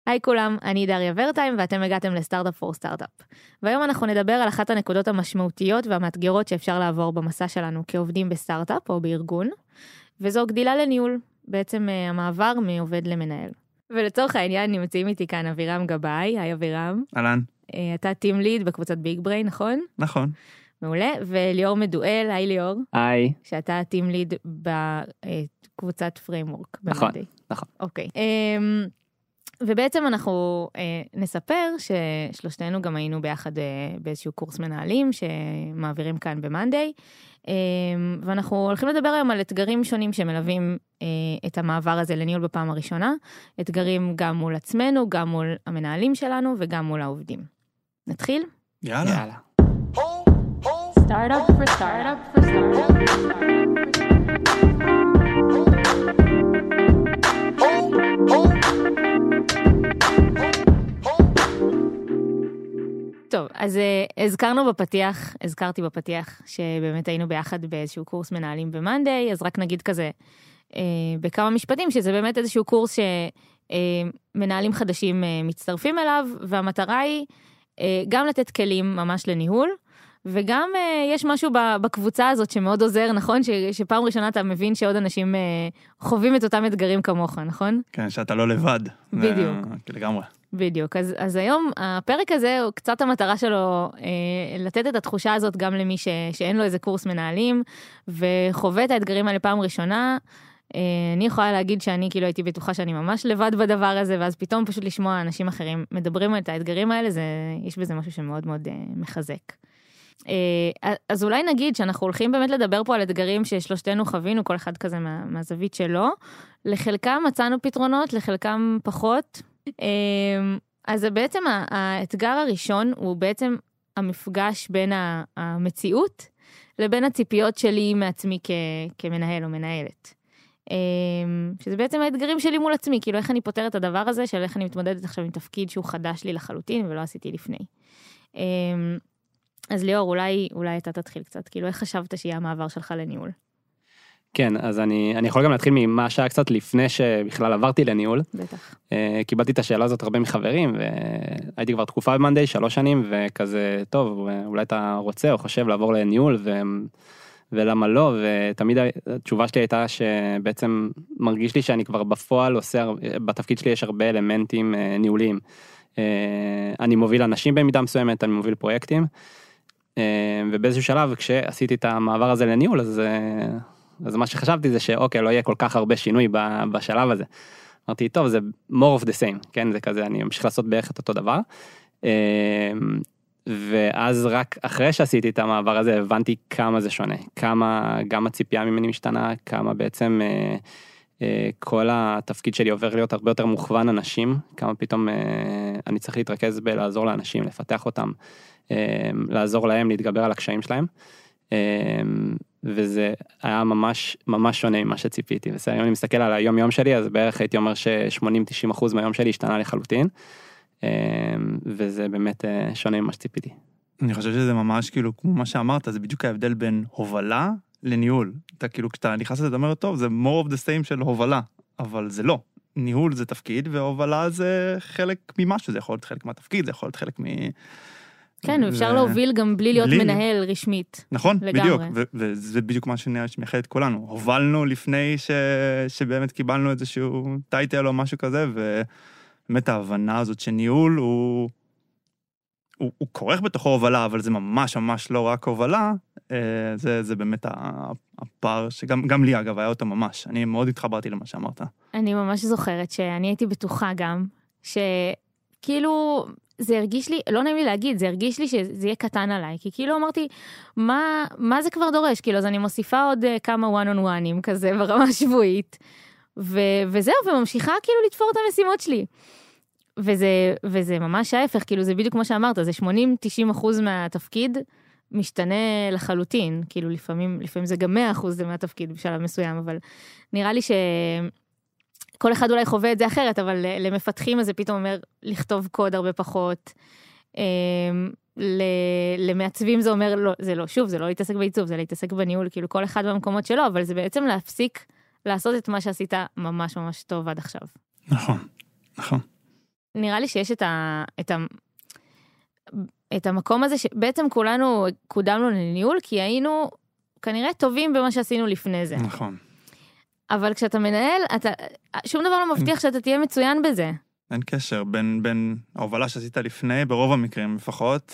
היי כולם, אני דריה ורטיים ואתם הגעתם לסטארט-אפ פור סטארט-אפ. והיום אנחנו נדבר על אחת הנקודות המשמעותיות והמאתגרות שאפשר לעבור במסע שלנו כעובדים בסטארט-אפ או בארגון, וזו גדילה לניהול, בעצם המעבר מעובד למנהל. ולצורך העניין נמצאים איתי כאן אבירם גבאי, היי אבירם. אהלן. אתה טים ליד בקבוצת ביג בריין, נכון? נכון. מעולה, וליאור מדואל, היי ליאור. היי. שאתה טים ליד בקבוצת פריימוורק. נכון, נכון. אוקיי. ובעצם אנחנו נספר ששלושתנו גם היינו ביחד באיזשהו קורס מנהלים שמעבירים כאן במנדי, ואנחנו הולכים לדבר היום על אתגרים שונים שמלווים את המעבר הזה לניהול בפעם הראשונה, אתגרים גם מול עצמנו, גם מול המנהלים שלנו וגם מול העובדים. נתחיל? יאללה. Startup for startup for startup. טוב, אז הזכרתי בפתיח שבאמת היינו ביחד באיזשהו קורס מנהלים במנדי, אז רק נגיד כזה בכמה משפטים, שזה באמת איזשהו קורס שמנהלים חדשים מצטרפים אליו, והמטרה היא גם לתת כלים ממש לניהול, וגם יש משהו בקבוצה הזאת שמאוד עוזר, נכון? שפעם ראשונה אתה מבין שעוד אנשים חווים את אותם אתגרים כמוך, נכון? כן, שאתה לא לבד. בדיוק. לגמרי. בדיוק. אז היום הפרק הזה, הוא קצת המטרה שלו לתת את התחושה הזאת גם למי שאין לו איזה קורס מנהלים, וחווה את האתגרים האלה פעם ראשונה. אני יכולה להגיד שאני כאילו הייתי בטוחה שאני ממש לבד בדבר הזה, ואז פתאום פשוט לשמוע אנשים אחרים מדברים על את האתגרים האלה, יש בזה משהו שמאוד מאוד מחזק. אז אולי נגיד שאנחנו הולכים באמת לדבר פה על אתגרים ששלושתנו חווינו, כל אחד כזה מהזווית שלו, לחלקם מצאנו פתרונות, לחלקם פחות. אז בעצם האתגר הראשון הוא בעצם המפגש בין המציאות לבין הציפיות שלי מעצמי כמנהל או מנהלת. שזה בעצם האתגרים שלי מול עצמי, כאילו איך אני פותר את הדבר הזה, של איך אני מתמודדת עכשיו עם תפקיד שהוא חדש לי לחלוטין ולא עשיתי לפני. אז ליאור, אולי אתה תתחיל קצת, כאילו איך חשבת שיהיה המעבר שלך לניהול? כן, אז אני יכול גם להתחיל ממה שהיה קצת לפני שבכלל עברתי לניהול. בטח. קיבלתי את השאלה הזאת הרבה מחברים, והייתי כבר תקופה במנדי, 3 שנים, וכזה, טוב, אולי אתה רוצה או חושב לעבור לניהול, ולמה לא, ותמיד התשובה שלי הייתה שבעצם מרגיש לי שאני כבר בפועל עושה, בתפקיד שלי יש הרבה אלמנטים ניהוליים. אני מוביל אנשים במידה מסוימת, אני מוביל פרויקטים, ובאיזשהו שלב, כשעשיתי את המעבר הזה לניהול, אז מה שחשבתי זה שאוקיי, לא יהיה כל כך הרבה שינוי בשלב הזה. אמרתי, טוב, זה more of the same, כן, זה כזה, אני ממשיך לעשות בערך את אותו דבר. ואז רק אחרי שעשיתי את המעבר הזה, הבנתי כמה זה שונה, כמה גם הציפייה ממני משתנה, כמה בעצם כל התפקיד שלי עובר להיות הרבה יותר מוכוון אנשים, כמה פתאום אני צריך להתרכז בלעזור לאנשים, לפתח אותם, לעזור להם, להתגבר על הקשיים שלהם. וזה היה ממש ממש שונה ממה שציפיתי. היום אני מסתכל על היום יום שלי, אז בערך הייתי אומר ש80-90% מהיום שלי השתנה לחלוטין, וזה באמת שונה ממה שציפיתי. אני חושב שזה ממש כאילו, כמו מה שאמרת, זה בדיוק ההבדל בין הובלה לניהול. אתה כאילו, כשאתה נכנס לזה, אתה אומר, טוב, זה more of the same של הובלה, אבל זה לא. ניהול זה תפקיד, והובלה זה חלק ממשהו, זה יכול להיות חלק מהתפקיד, זה יכול להיות חלק כן, ואפשר להוביל גם בלי להיות מנהל רשמית. נכון, בדיוק, וזה בדיוק מה שמייחד את כולנו. הובלנו לפני שבאמת קיבלנו איזשהו טייטל או משהו כזה, ובאמת ההבנה הזאת שניהול הוא כורך בתוכו הובלה, אבל זה ממש ממש לא רק הובלה, זה באמת הפער שגם לי אגב היה אותו ממש. אני מאוד התחברתי למה שאמרת. אני ממש זוכרת שאני הייתי בטוחה גם, שכאילו זה הרגיש לי, לא נעים לי להגיד, זה הרגיש לי שזה יהיה קטן עליי, כי כאילו אמרתי, מה זה כבר דורש? כאילו, אז אני מוסיפה עוד כמה one-on-one'ים כזה ברמה שבועית, וזהו, וממשיכה כאילו לתפור את המשימות שלי. וזה ממש ההפך, כאילו זה בדיוק כמו שאמרת, זה 80-90% מהתפקיד משתנה לחלוטין, כאילו לפעמים זה גם 100% מהתפקיד בשלב מסוים, אבל נראה לי כל אחד אולי חווה את זה אחרת, אבל למפתחים זה פתאום אומר לכתוב קוד הרבה פחות, למעצבים זה אומר, לא, זה לא, שוב, זה לא להתעסק בעיצוב, זה להתעסק בניהול, כאילו כל אחד במקומות שלו, אבל זה בעצם להפסיק לעשות את מה שעשית ממש ממש טוב עד עכשיו. נכון, נכון. נראה לי שיש את המקום הזה שבעצם כולנו קודמנו לניהול, כי היינו כנראה טובים במה שעשינו לפני זה. נכון. אבל כשאתה מנהל, שום דבר לא מבטיח שאתה תהיה מצוין בזה. אין קשר בין ההובלה שעשית לפני, ברוב המקרים לפחות,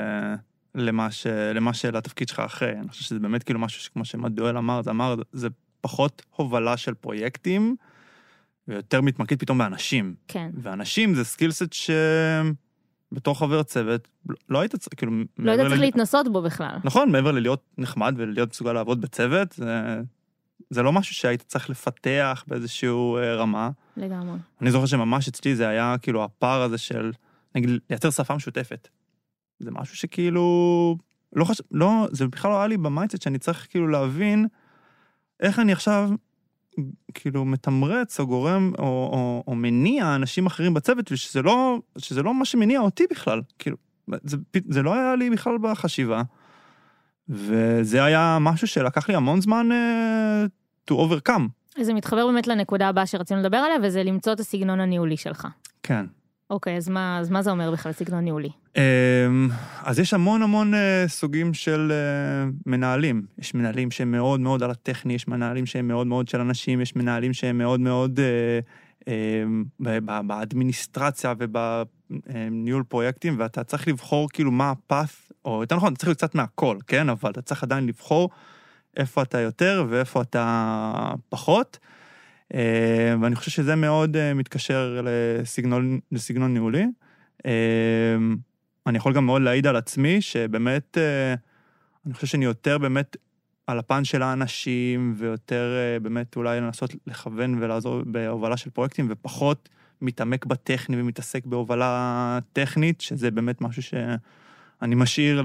למה לתפקיד שלך אחרי. אני חושב שזה באמת כאילו משהו שכמו שמדואל אמר, זה פחות הובלה של פרויקטים, ויותר מתמקד פתאום באנשים. כן. ואנשים זה סקילסט בתור חבר צוות, לא היית צריך, כאילו... לא היית צריך להתנסות בו בכלל. נכון, מעבר ללהיות נחמד ולהיות מסוגל לעבוד בצוות, זה לא משהו שהיית צריך לפתח באיזשהו רמה. לגמרי. אני זוכר שממש אצלי זה היה כאילו הפער הזה של, נגיד, לייצר שפה משותפת. זה משהו שכאילו, זה בכלל לא היה לי במייצט שאני צריך כאילו להבין איך אני עכשיו כאילו מתמרץ או גורם או מניע אנשים אחרים בצוות, ושזה לא מה שמניע אותי בכלל. כאילו, זה לא היה לי בכלל בחשיבה. וזה היה משהו שלקח לי המון זמן to overcome. זה מתחבר באמת לנקודה הבאה שרצינו לדבר עליה, וזה למצוא את הסגנון הניהולי שלך. כן. אוקיי, אז מה זה אומר בכלל סגנון ניהולי? אז יש המון סוגים של מנהלים. יש מנהלים שהם מאוד מאוד על הטכני, יש מנהלים שהם מאוד מאוד של אנשים, יש מנהלים שהם מאוד מאוד באדמיניסטרציה ובניהול פרויקטים, ואתה צריך לבחור כאילו מה הפס, או יותר נכון, אתה צריך קצת מהכל, כן? אבל אתה צריך עדיין לבחור איפה אתה יותר ואיפה אתה פחות, ואני חושב שזה מאוד מתקשר לסגנון ניהולי. אני יכול גם מאוד להעיד על עצמי, שבאמת, אני חושב שאני יותר באמת על הפן של האנשים, ויותר באמת אולי לנסות לכוון ולעזור בהובלה של פרויקטים, ופחות מתעמק בטכני ומתעסק בהובלה טכנית, שזה באמת משהו שאני משאיר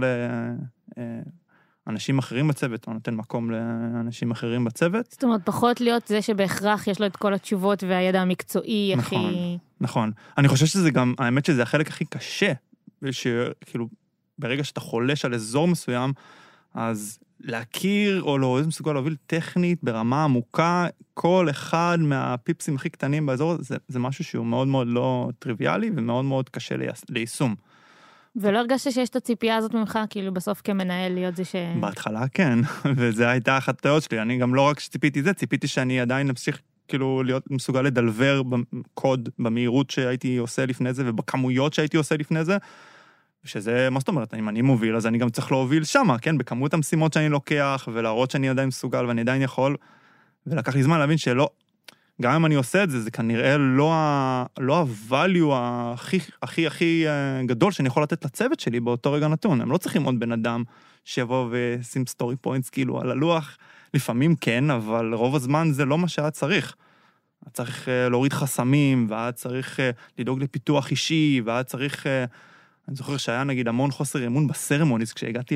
לאנשים אחרים בצוות, או נותן מקום לאנשים אחרים בצוות. זאת אומרת, פחות להיות זה שבהכרח יש לו את כל התשובות והידע המקצועי הכי... נכון. אני חושב שזה גם, האמת שזה החלק הכי קשה, שכאילו, ברגע שאתה חולש על אזור מסוים, אז להכיר או לא מסוגל להוביל טכנית ברמה עמוקה, כל אחד מהפיפסים הכי קטנים באזור, זה משהו שהוא מאוד מאוד לא טריוויאלי, ומאוד מאוד קשה ליישום. ולא הרגשת שיש את הציפייה הזאת ממך, כאילו בסוף כמנהל להיות זה ש... בהתחלה כן, וזה הייתה אחת הטעויות שלי, אני גם לא רק שציפיתי זה, ציפיתי שאני עדיין אמשיך כאילו להיות מסוגל לדלבר בקוד, במהירות שהייתי עושה לפני זה, ובכמויות שהייתי עושה לפני זה, שזה, מה זאת אומרת, אם אני מוביל, אז אני גם צריך להוביל שמה, כן, בכמות המשימות שאני לוקח, ולהראות שאני עדיין מסוגל, ואני עדיין יכול, ולקח לי זמן להבין שלא, גם אם אני עושה את זה, זה כנראה לא ה-value הכי גדול שאני יכול לתת לצוות שלי באותו רגע נתון. הם לא צריכים עוד בן אדם שיבוא ושים סטורי פוינטס כאילו על הלוח, לפעמים כן, אבל רוב הזמן זה לא מה שהיה צריך. צריך להוריד חסמים, והיה צריך לדאוג לפיתוח אישי, והיה צריך... אני זוכר שהיה נגיד המון חוסר אמון בסרמוניס, כשהגעתי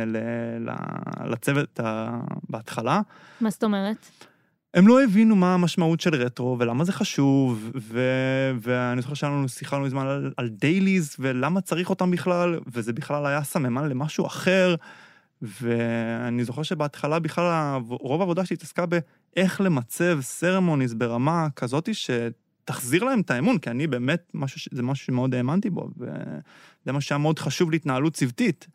לצוות בהתחלה. מה זאת אומרת? הם לא הבינו מה המשמעות של רטרו, ולמה זה חשוב, ואני זוכר שלנו שיחה לנו זמן על דייליז, ולמה צריך אותם בכלל, וזה בכלל היה סממן למשהו אחר, ואני זוכר שבהתחלה בכלל רוב העבודה שהתעסקה באיך למצב סרמוניס ברמה כזאת שתחזיר להם את האמון, כי אני באמת, זה משהו שמאוד האמנתי בו, וזה משהו שהיה מאוד חשוב להתנהלות צוותית.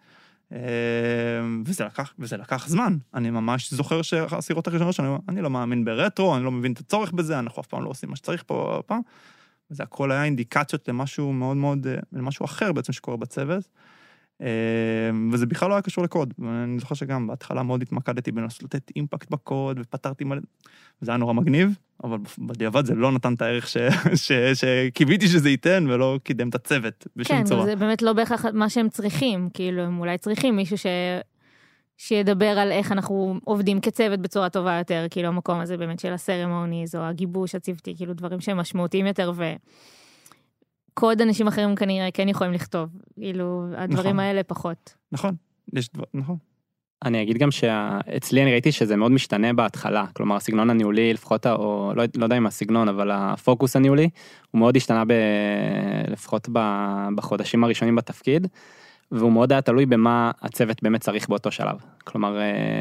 וזה לקח זמן. אני ממש זוכר שהסירות הראשונות שאני לא מאמין ברטרו, אני לא מבין את הצורך בזה, אנחנו אף פעם לא עושים מה שצריך פה פעם. וזה הכל היה אינדיקציות למשהו מאוד מאוד, למשהו אחר בעצם שקורה בצוות. וזה בכלל לא היה קשור לקוד. ואני זוכר שגם בהתחלה מאוד התמקדתי בנסות לתת אימפקט בקוד, ופתרתי מלא, וזה היה נורא מגניב, אבל בדיעבד זה לא נתן את הערך שקיוויתי שזה ייתן, ולא קידם את הצוות בשום צורה. כן, זה באמת לא בהכרח מה שהם צריכים, כאילו הם אולי צריכים מישהו שידבר על איך אנחנו עובדים כצוות בצורה טובה יותר, כאילו המקום הזה באמת של הסרמוניז, או הגיבוש הצוותי, כאילו דברים שהם משמעותיים יותר, קוד אנשים אחרים כנראה כן יכולים לכתוב, כאילו הדברים האלה פחות. נכון, נכון. אני אגיד גם שאצלי אני ראיתי שזה מאוד משתנה בהתחלה, כלומר הסגנון הניהולי לפחות, או לא יודע אם הסגנון, אבל הפוקוס הניהולי, הוא מאוד השתנה לפחות בחודשים הראשונים בתפקיד, והוא מאוד היה תלוי במה הצוות באמת צריך באותו שלב. כלומר,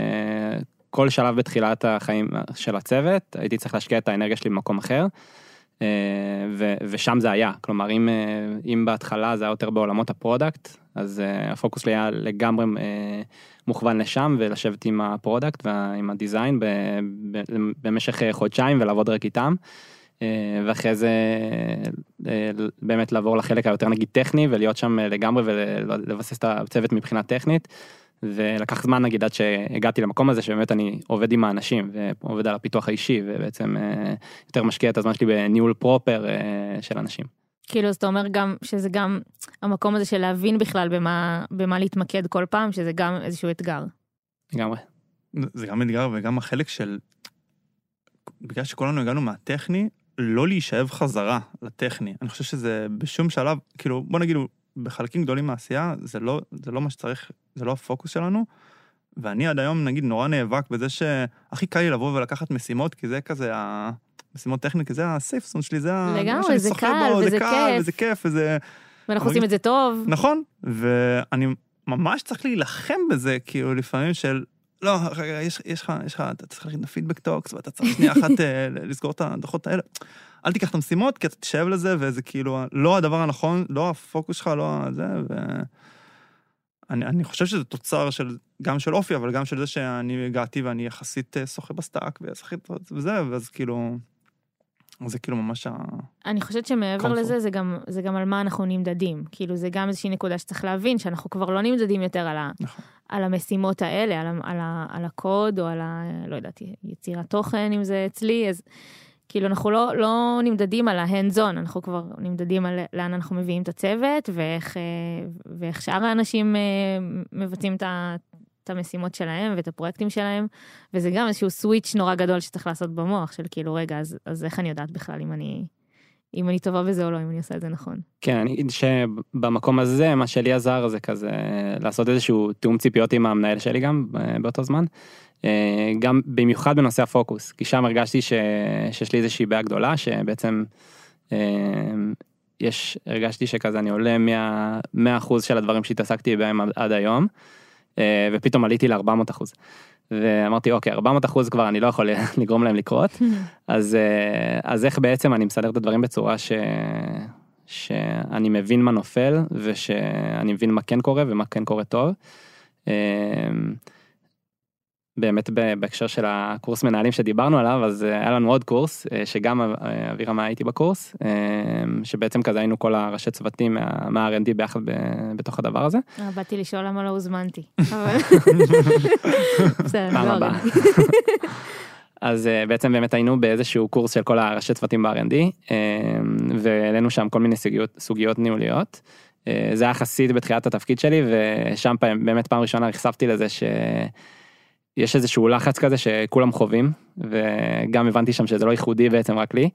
כל שלב בתחילת החיים של הצוות, הייתי צריך להשקיע את האנרגיה שלי במקום אחר, ושם זה היה, כלומר אם בהתחלה זה היה יותר בעולמות הפרודקט, אז הפוקוס שלי היה לגמרי מוכוון לשם, ולשבת עם הפרודקט ועם הדיזיין במשך חודשיים ולעבוד רק איתם, ואחרי זה באמת לעבור לחלק היותר נגיד טכני, ולהיות שם לגמרי ולבסס את הצוות מבחינה טכנית, ולקח זמן נגיד עד שהגעתי למקום הזה שבאמת אני עובד עם האנשים ועובד על הפיתוח האישי ובעצם יותר משקיע את הזמן שלי בניהול פרופר של אנשים. כאילו אז אתה אומר גם שזה גם המקום הזה של להבין בכלל במה להתמקד כל פעם, שזה גם איזשהו אתגר. לגמרי. זה גם אתגר וגם החלק של, בגלל שכולנו הגענו מהטכני, לא להישאב חזרה לטכני. אני חושב שזה בשום שלב, כאילו בוא נגיד בחלקים גדולים מהעשייה, זה לא מה שצריך, זה לא הפוקוס שלנו, ואני עד היום, נגיד, נורא נאבק בזה שהכי קל לי לבוא ולקחת משימות, כי זה כזה, המשימות טכניות, כי זה הסייפסון שלי, זה לגמרי, זה קל, וזה כיף. וזה כיף, וזה... ואנחנו עושים את זה טוב. נכון, ואני ממש צריך להילחם בזה, כאילו, לפעמים של, לא, רגע, יש לך, אתה צריך להגיד פידבק טוקס, ואתה צריך שנייה אחת לסגור את הדוחות האלה. אל תיקח את המשימות, כי אתה תשאב לזה, וזה כאילו לא הדבר הנכון, לא הפוקוס שלך, לא זה, אני חושב שזה תוצר גם של אופי, אבל גם של זה שאני הגעתי, ואני יחסית שוחה בסטאק, וזה, ואז כאילו, זה כאילו ממש אני חושבת שמעבר לזה, זה גם על מה אנחנו נמדדים, כאילו זה גם איזושהי נקודה שצריך להבין, שאנחנו כבר לא נמדדים יותר על המשימות האלה, על הקוד, או על לא יודעת, יצירת תוכן, אם זה אצלי, אז כאילו אנחנו לא נמדדים על ההנדזון, אנחנו כבר נמדדים על לאן אנחנו מביאים את הצוות, ואיך שאר האנשים מבצעים את המשימות שלהם, ואת הפרויקטים שלהם, וזה גם איזשהו סוויץ' נורא גדול שצריך לעשות במוח, של כאילו רגע, אז איך אני יודעת בכלל אם אני טובה בזה או לא, אם אני עושה את זה נכון. כן, אני אגיד שבמקום הזה, מה שלי עזר זה כזה, לעשות איזשהו תיאום ציפיות עם המנהל שלי גם, באותו זמן, גם במיוחד בנושא הפוקוס, כי שם הרגשתי שיש לי איזושהי בעיה גדולה, שבעצם הרגשתי שכזה אני עולה 100% של הדברים שהתעסקתי בהם עד היום, ופתאום עליתי ל-400%. ואמרתי, אוקיי, 400% כבר אני לא יכול לגרום להם לקרות, אז איך בעצם אני מסדר את הדברים בצורה שאני מבין מה נופל, ושאני מבין מה כן קורה ומה כן קורה טוב. באמת בהקשר של הקורס מנהלים שדיברנו עליו, אז היה לנו עוד קורס, שגם אבירה מה הייתי בקורס, שבעצם כזה היינו כל הראשי צוותים מה-R&D ביחד בתוך הדבר הזה. באתי לשאול למה לא הוזמנתי. בסדר, פעם הבאה. אז בעצם באמת היינו באיזשהו קורס של כל הראשי צוותים ב-R&D, והעלינו שם כל מיני סוגיות ניהוליות. זה היה חסיד בתחילת התפקיד שלי, ושם באמת פעם ראשונה נחשפתי לזה יש איזשהו לחץ כזה שכולם חווים, וגם הבנתי שם שזה לא ייחודי בעצם רק לי,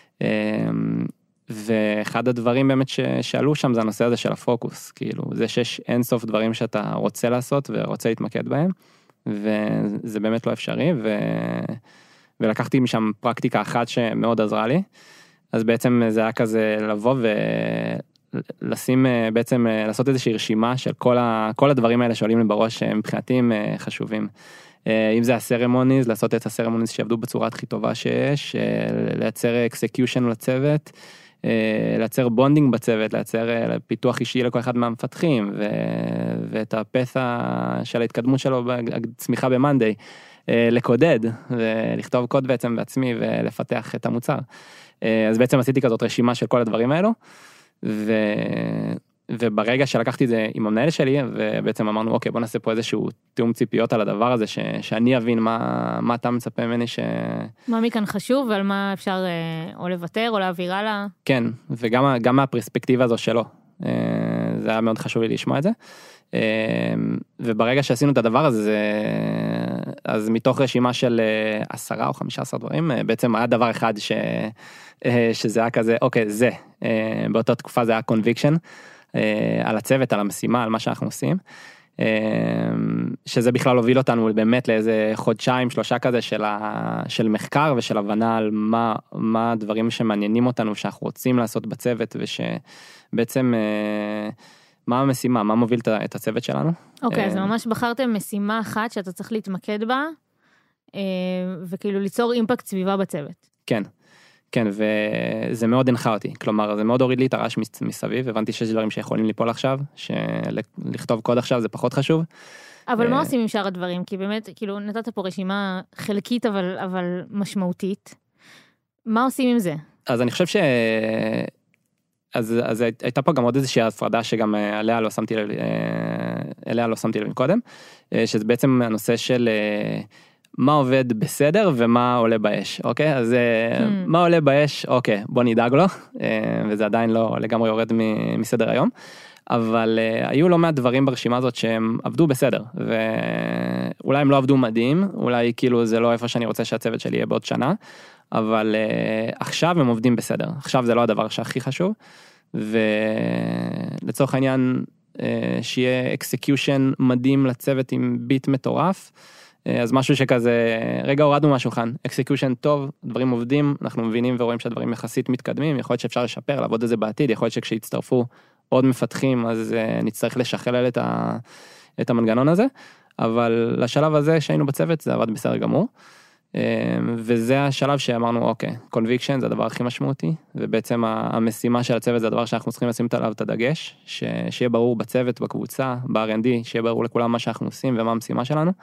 ואחד הדברים באמת שעלו שם זה הנושא הזה של הפוקוס, כאילו זה שיש אינסוף דברים שאתה רוצה לעשות ורוצה להתמקד בהם, וזה באמת לא אפשרי, ולקחתי משם פרקטיקה אחת שמאוד עזרה לי, אז בעצם זה היה כזה לבוא לשים בעצם לעשות איזושהי רשימה של כל הדברים האלה שעולים לי בראש מבחינתי הם חשובים. אם זה הסרמוניז, לעשות את הסרמוניז שיעבדו בצורה הכי טובה שיש, לייצר אקסקיושן לצוות, לייצר בונדינג בצוות, לייצר פיתוח אישי לכל אחד מהמפתחים, ואת הפסע של ההתקדמות שלו בצמיחה במנדי, לקודד, ולכתוב קוד בעצם בעצמי ולפתח את המוצר. אז בעצם עשיתי כזאת רשימה של כל הדברים האלו, וברגע שלקחתי את זה עם המנהל שלי, ובעצם אמרנו, אוקיי, בוא נעשה פה איזשהו תיאום ציפיות על הדבר הזה, שאני אבין מה אתה מצפה ממני מה מכאן חשוב, ועל מה אפשר או לוותר, או להעביר הלאה. כן, וגם מהפרספקטיבה הזו שלו. זה היה מאוד חשוב לי לשמוע את זה. וברגע שעשינו את הדבר הזה, אז מתוך רשימה של 10 או 15 דברים, בעצם היה דבר אחד שזה היה כזה, אוקיי, זה, באותה תקופה זה היה conviction, על הצוות, על המשימה, על מה שאנחנו עושים, שזה בכלל הוביל אותנו באמת לאיזה חודשיים, 3 כזה של מחקר ושל הבנה על מה הדברים שמעניינים אותנו, שאנחנו רוצים לעשות בצוות, ושבעצם מה המשימה, מה מוביל את הצוות שלנו. אוקיי, אז ממש בחרתם משימה אחת שאתה צריך להתמקד בה, וכאילו ליצור אימפקט סביבה בצוות. כן. כן, וזה מאוד הנחה אותי, כלומר, זה מאוד הוריד לי את הרעש מסביב, הבנתי שיש דברים שיכולים ליפול עכשיו, שלכתוב קוד עכשיו זה פחות חשוב. אבל מה עושים עם שאר הדברים? כי באמת, כאילו, נתת פה רשימה חלקית, אבל משמעותית. מה עושים עם זה? אז אני חושב אז הייתה פה גם עוד איזושהי הפרדה שגם אליה לא שמתי לב קודם, שזה בעצם הנושא של מה עובד בסדר ומה עולה באש, אוקיי? אז מה עולה באש, אוקיי, בוא נדאג לו, וזה עדיין לא לגמרי יורד מסדר היום, אבל היו לא מעט דברים ברשימה הזאת שהם עבדו בסדר, ואולי הם לא עבדו מדהים, אולי כאילו זה לא איפה שאני רוצה שהצוות שלי יהיה בעוד שנה, אבל עכשיו הם עובדים בסדר, עכשיו זה לא הדבר שהכי חשוב, ולצורך העניין שיהיה אקסקיושן מדהים לצוות עם ביט מטורף, אז משהו שכזה, רגע הורדנו מהשולחן, אקסקיושן טוב, דברים עובדים, אנחנו מבינים ורואים שהדברים יחסית מתקדמים, יכול להיות שאפשר לשפר, לעבוד את זה בעתיד, יכול להיות שכשיצטרפו עוד מפתחים, אז נצטרך לשכלל את המנגנון הזה, אבל לשלב הזה שהיינו בצוות זה עבד בסדר גמור, וזה השלב שאמרנו אוקיי, קונביקשן זה הדבר הכי משמעותי, ובעצם המשימה של הצוות זה הדבר שאנחנו צריכים לשים עליו את הדגש, שיהיה ברור בצוות, בקבוצה, ב-R&D, שיהיה ברור לכולם מה שאנחנו עושים ומה המשימה שלנו,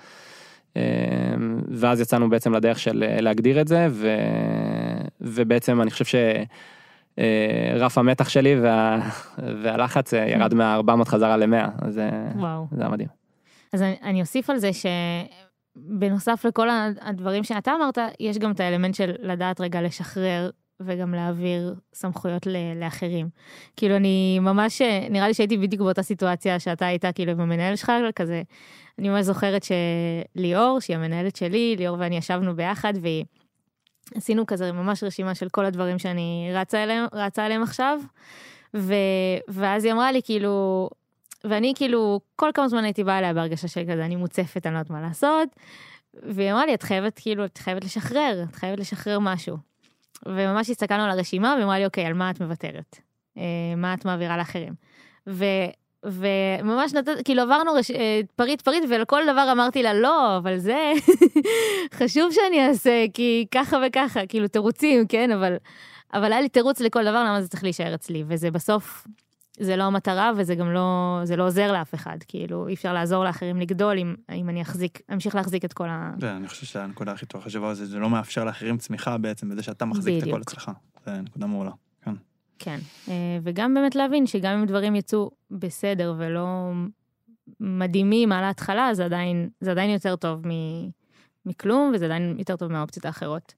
ואז יצאנו בעצם לדרך של להגדיר את זה, ובעצם אני חושב שרף המתח שלי והלחץ ירד מה-400 חזרה ל-100, אז זה היה מדהים. אז אני אוסיף על זה שבנוסף לכל הדברים שאתה אמרת, יש גם את האלמנט של לדעת רגע לשחרר וגם להעביר סמכויות לאחרים. כאילו אני ממש, נראה לי שהייתי בדיוק באותה סיטואציה שאתה היית כאילו עם המנהל שלך, כזה, אני ממש זוכרת שליאור, שהיא המנהלת שלי, ליאור ואני ישבנו ביחד, ועשינו כזה ממש רשימה של כל הדברים שאני רצה אליהם עכשיו, ואז היא אמרה לי כאילו, ואני כאילו, כל כמה זמן הייתי באה אליה בהרגשה של כזה, אני מוצפת, אני לא יודעת מה לעשות, והיא אמרה לי, את חייבת לשחרר, את חייבת לשחרר משהו. וממש הסתכלנו על הרשימה, והיא אמרה לי, אוקיי, על מה את מוותרת? מה את מעבירה לאחרים? וממש כאילו עברנו פריט, ולכל דבר אמרתי לה, לא, אבל זה חשוב שאני אעשה, כי ככה וככה, כאילו תירוצים, כן, אבל היה לי תירוץ לכל דבר, למה זה צריך להישאר אצלי, וזה בסוף, זה לא המטרה, וזה גם לא, זה לא עוזר לאף אחד, כאילו, אי אפשר לעזור לאחרים לגדול, אם אני אמשיך להחזיק את כל אני חושב שהנקודה הכי טובה חשובה זה, זה לא מאפשר לאחרים צמיחה בעצם, בזה שאתה מחזיק את הכל אצלך, זה נקודה מעולה, כן. כן, וגם באמת להבין שגם אם דברים יצאו בסדר ולא מדהימים על ההתחלה, זה עדיין יותר טוב מכלום, וזה עדיין יותר טוב מהאופציות האחרות.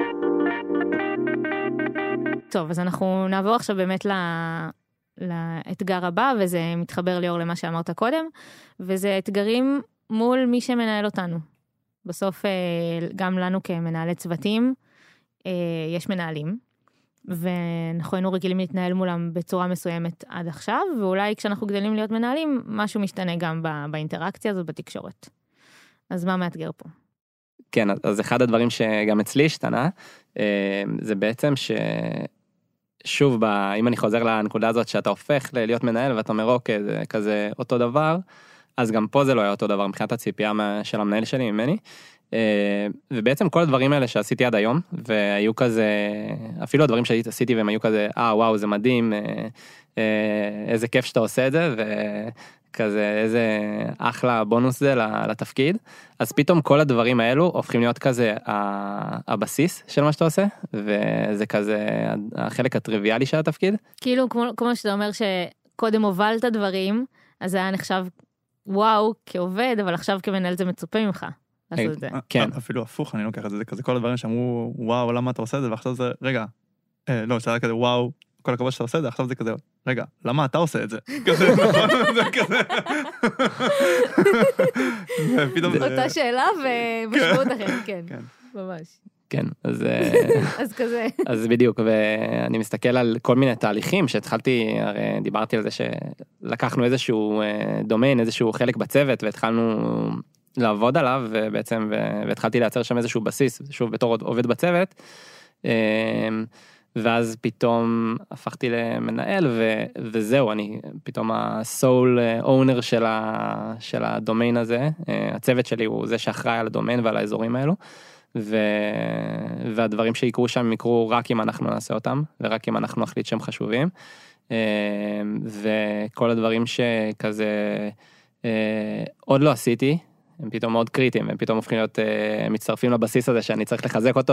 טוב, אז אנחנו נעבור עכשיו באמת לאתגר הבא, וזה מתחבר ליאור למה שאמרת קודם, וזה אתגרים מול מי שמנהל אותנו. בסוף, גם לנו כמנהלי צוותים, יש מנהלים, ואנחנו היינו רגילים להתנהל מולם בצורה מסוימת עד עכשיו, ואולי כשאנחנו גדלים להיות מנהלים, משהו משתנה גם באינטראקציה הזאת בתקשורת. אז מה מאתגר פה? כן, אז אחד הדברים שגם אצלי השתנה, זה בעצם שוב, אם אני חוזר לנקודה הזאת שאתה הופך להיות מנהל, ואתה אומר, אוקיי, זה כזה אותו דבר, אז גם פה זה לא היה אותו דבר, מבחינת הציפייה של המנהל שלי ממני, ובעצם כל הדברים האלה שעשיתי עד היום, והיו כזה, אפילו הדברים שעשיתי והם היו כזה, וואו, זה מדהים, איזה כיף שאתה עושה את זה, וכזה, איזה אחלה בונוס זה לתפקיד, אז פתאום כל הדברים האלו הופכים להיות כזה הבסיס של מה שאתה עושה, וזה כזה החלק הטריוויאלי של התפקיד. כאילו, כמו שאתה אומר שקודם הובלת דברים, אז זה היה נחשב וואו כעובד, אבל עכשיו כמנהל זה מצופה ממך. כן. אפילו הפוך, אני לוקח את זה כזה, כל הדברים שאמרו, וואו, למה אתה עושה את זה, ועכשיו זה, רגע, לא, שאלה כזה, וואו, כל הכבוד שאתה עושה את זה, עכשיו זה כזה, רגע, למה אתה עושה את זה? כזה, נכון, זה כזה. אותה שאלה ומשמעות אחרת, כן, ממש. כן, אז כזה. אז בדיוק, ואני מסתכל על כל מיני תהליכים שהתחלתי, הרי דיברתי על זה שלקחנו איזשהו דומיין, איזשהו חלק בצוות, והתחלנו לעבוד עליו, ובעצם, והתחלתי לייצר שם איזשהו בסיס, שוב, בתור עובד בצוות, ואז פתאום הפכתי למנהל, וזהו, אני פתאום הסול אונר של הדומיין הזה, הצוות שלי הוא זה שאחראי על הדומיין ועל האזורים האלו, והדברים שיקרו שם יקרו רק אם אנחנו נעשה אותם, ורק אם אנחנו נחליט שהם חשובים. וכל הדברים שכזה עוד לא עשיתי, הם פתאום מאוד קריטיים, הם פתאום הופכים להיות מצטרפים לבסיס הזה שאני צריך לחזק אותו,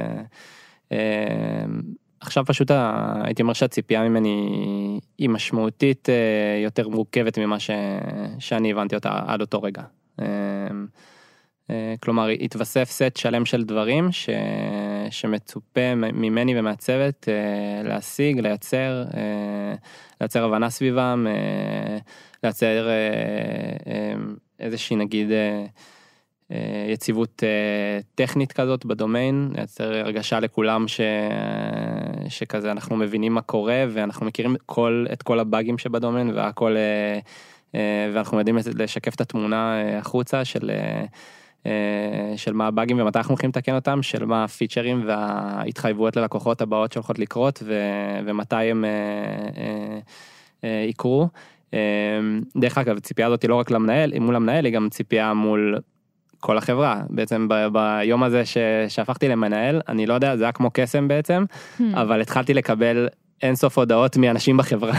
עכשיו פשוט הייתי אומר שהציפייה ממני היא משמעותית יותר מורכבת ממה שאני הבנתי אותה עד אותו רגע. כלומר, התווסף סט שלם של דברים שמצופה ממני ומהצוות להשיג, לייצר הבנה סביבם, לייצר איזושהי נגיד יציבות טכנית כזאת בדומיין, לייצר הרגשה לכולם שכזה אנחנו מבינים מה קורה ואנחנו מכירים את כל הבאגים שבדומיין והכל, ואנחנו יודעים לשקף את התמונה החוצה של מה הבאגים ומתי אנחנו הולכים לתקן אותם, של מה הפיצ'רים וההתחייבויות ללקוחות הבאות שהולכות לקרות ומתי הם יקרו. דרך אגב, ציפייה הזאת היא לא רק מול המנהל, היא גם ציפייה מול כל החברה. בעצם ביום הזה שהפכתי למנהל, אני לא יודע, זה היה כמו קסם בעצם, אבל התחלתי לקבל אינסוף הודעות מאנשים בחברה,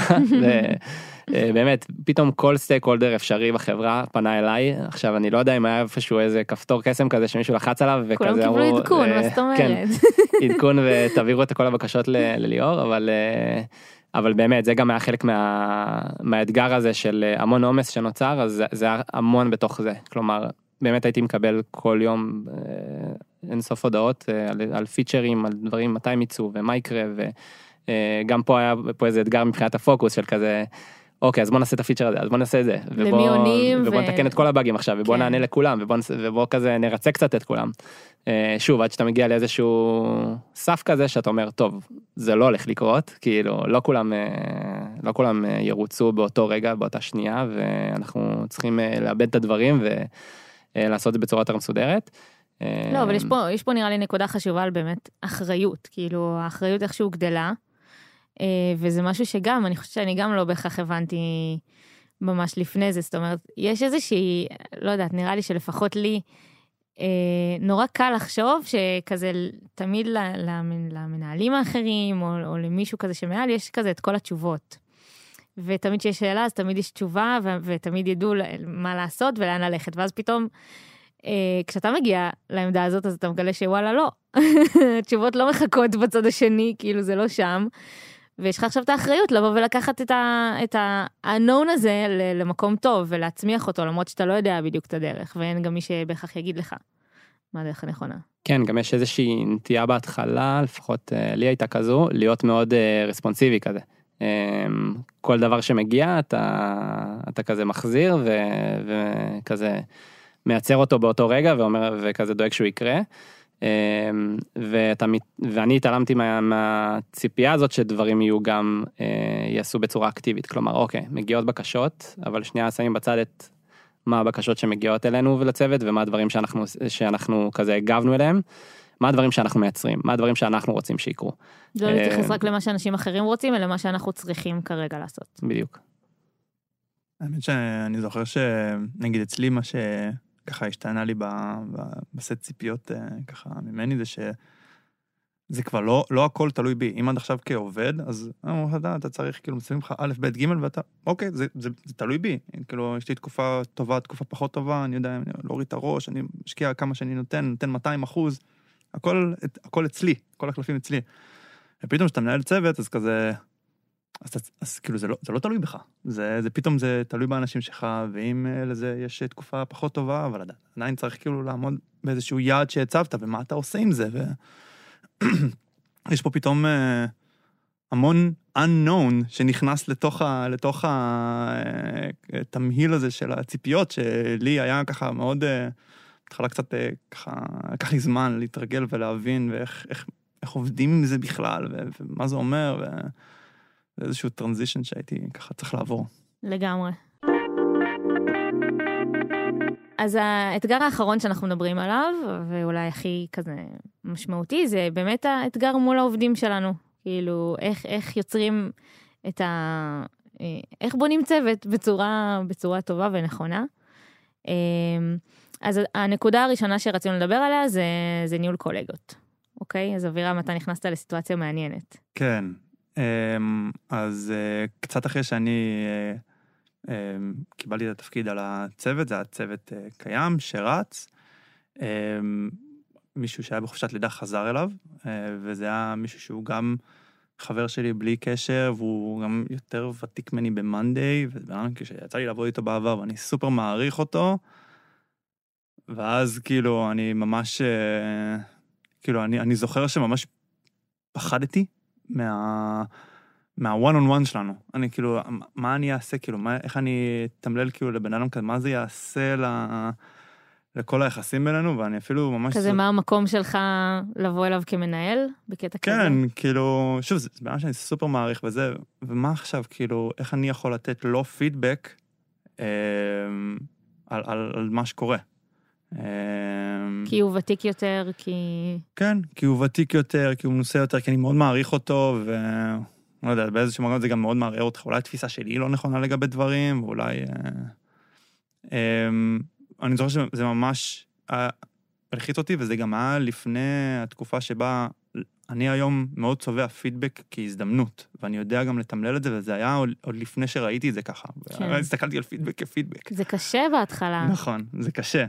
ובאמת, פתאום כל סטייק הולדר אפשרי בחברה פנה אליי, עכשיו אני לא יודע אם היה איפשהו איזה כפתור קסם כזה שמישהו לחץ עליו, וכזה כולם קיבלו עדכון, מה זאת אומרת? כן, עדכון ותעבירו את כל הבקשות לליאור, אבל באמת זה גם היה חלק מהאתגר הזה של המון עומס שנוצר, אז זה היה המון בתוך זה, כלומר, באמת הייתי מקבל כל יום אינסוף הודעות על פיצ'רים, על דברים, מתי מיצו ומה יקרה, וגם פה היה פה איזה אתגר מבחינת הפוקוס של כזה, אוקיי, אז בוא נעשה את הפיצ'ר הזה, אז בוא נעשה את זה, ובוא נתקן את כל הבאגים עכשיו, ובוא נענה לכולם, ובוא כזה נרצה קצת את כולם. שוב, עד שאתה מגיע לאיזשהו סף כזה, שאתה אומר, טוב, זה לא הולך לקרות, כאילו, לא כולם ירוצו באותו רגע, באותה שנייה, ואנחנו צריכים לאבד את הדברים, ולעשות את זה בצורה יותר מסודרת. לא, אבל יש פה נראה לי נקודה חשובה על באמת אחריות, כאילו, האחריות איכשהו גדלה, וזה משהו שגם, אני חושבת שאני גם לא בהכרח הבנתי ממש לפני זה, זאת אומרת, יש איזושהי, לא יודעת, נראה לי שלפחות לי, נורא קל לחשוב שכזה תמיד למנהלים האחרים, או למישהו כזה שמעל, יש כזה את כל התשובות. ותמיד שיש שאלה, אז תמיד יש תשובה, ותמיד ידעו מה לעשות ולאן ללכת, ואז פתאום, כשאתה מגיע לעמדה הזאת, אז אתה מגלה שוואלה לא, תשובות לא מחכות בצד השני, כאילו זה לא שם, ויש לך עכשיו את האחריות לבוא ולקחת את ה-unknown הזה למקום טוב, ולהצמיח אותו, למרות שאתה לא יודע בדיוק את הדרך, ואין גם מי שבכך יגיד לך מה הדרך הנכונה. כן, גם יש איזושהי נטייה בהתחלה, לפחות לי הייתה כזו, להיות מאוד רספונסיבי כזה. כל דבר שמגיע, אתה כזה מחזיר, וכזה מייצר אותו באותו רגע, וכזה דואג שהוא יקרה. ואני התעלמתי מהציפייה הזאת שדברים יהיו גם יעשו בצורה אקטיבית, כלומר אוקיי, מגיעות בקשות, אבל שנייה שמים בצד את מה הבקשות שמגיעות אלינו ולצוות, ומה הדברים שאנחנו כזה הגבנו אליהם, מה הדברים שאנחנו מייצרים, מה הדברים שאנחנו רוצים שיקרו. לא להתייחס רק למה שאנשים אחרים רוצים, אלא מה שאנחנו צריכים כרגע לעשות. בדיוק. האמת שאני זוכר שנגיד אצלי מה ככה השתנה לי בסט ציפיות ככה ממני, זה שזה כבר לא הכל תלוי בי. אם עד עכשיו כעובד, אז אתה צריך, כאילו, מצבים לך א', ב', ג', ואתה, אוקיי, זה תלוי בי. כאילו, יש לי תקופה טובה, תקופה פחות טובה, אני יודע, להוריד את הראש, אני משקיע כמה שאני נותן 200%, הכל אצלי, כל הקלפים אצלי. ופתאום שאתה מנהל צוות, אז כזה, אז כאילו זה לא תלוי בך, זה פתאום זה תלוי באנשים שלך, ואם לזה יש תקופה פחות טובה, אבל עדיין צריך כאילו לעמוד באיזשהו יעד שהצבת, ומה אתה עושה עם זה, ויש פה פתאום המון unknown שנכנס לתוך התמהיל הזה של הציפיות, שלי היה ככה מאוד, התחלה קצת ככה, לקח לי זמן להתרגל ולהבין, ואיך עובדים עם זה בכלל, ומה זה אומר, זה איזשהו טרנזישן שהייתי ככה צריך לעבור. לגמרי. אז האתגר האחרון שאנחנו מדברים עליו, ואולי הכי כזה משמעותי, זה באמת האתגר מול העובדים שלנו. כאילו, איך יוצרים איך בונים צוות בצורה טובה ונכונה. אז הנקודה הראשונה שרצינו לדבר עליה זה ניהול קולגות. אוקיי? אז אבירם, אתה נכנסת לסיטואציה מעניינת. כן, אז קצת אחרי שאני קיבלתי את התפקיד על הצוות, זה הצוות קיים שרץ, מישהו שהיה בחופשת לידה חזר אליו, וזה היה מישהו שהוא גם חבר שלי בלי קשר, והוא גם יותר ותיק מני במנדי, כשיצא לי לעבוד איתו בעבר, ואני סופר מעריך אותו, ואז כאילו אני ממש, כאילו אני זוכר שממש פחדתי מה-one on one שלנו. אני כאילו, מה אני אעשה, כאילו, איך אני תמלל כאילו לבן אדם כזה, מה זה יעשה לכל היחסים בינינו, ואני אפילו ממש... כזה מה המקום שלך לבוא אליו כמנהל, בקטע כזה? כן, כאילו, שוב, זה בעיה שאני סופר מעריך וזה, ומה עכשיו, כאילו, איך אני יכול לתת לו פידבק על מה שקורה. כי הוא ותיק יותר, כי... כן, כי הוא ותיק יותר, כי הוא מנוסה יותר, כי אני מאוד מעריך אותו, לא יודע, באיזשהו מקום זה גם מאוד מערער אותך, אולי התפיסה שלי לא נכונה לגבי דברים, ואולי... אני זוכר שזה ממש הלחיץ אותי, וזה גם היה לפני התקופה שבה אני היום מאוד צובע פידבק כהזדמנות, ואני יודע גם לתמלל את זה, וזה היה עוד לפני שראיתי את זה ככה. כן. הסתכלתי על פידבק כפידבק. זה קשה בהתחלה. נכון, זה קשה.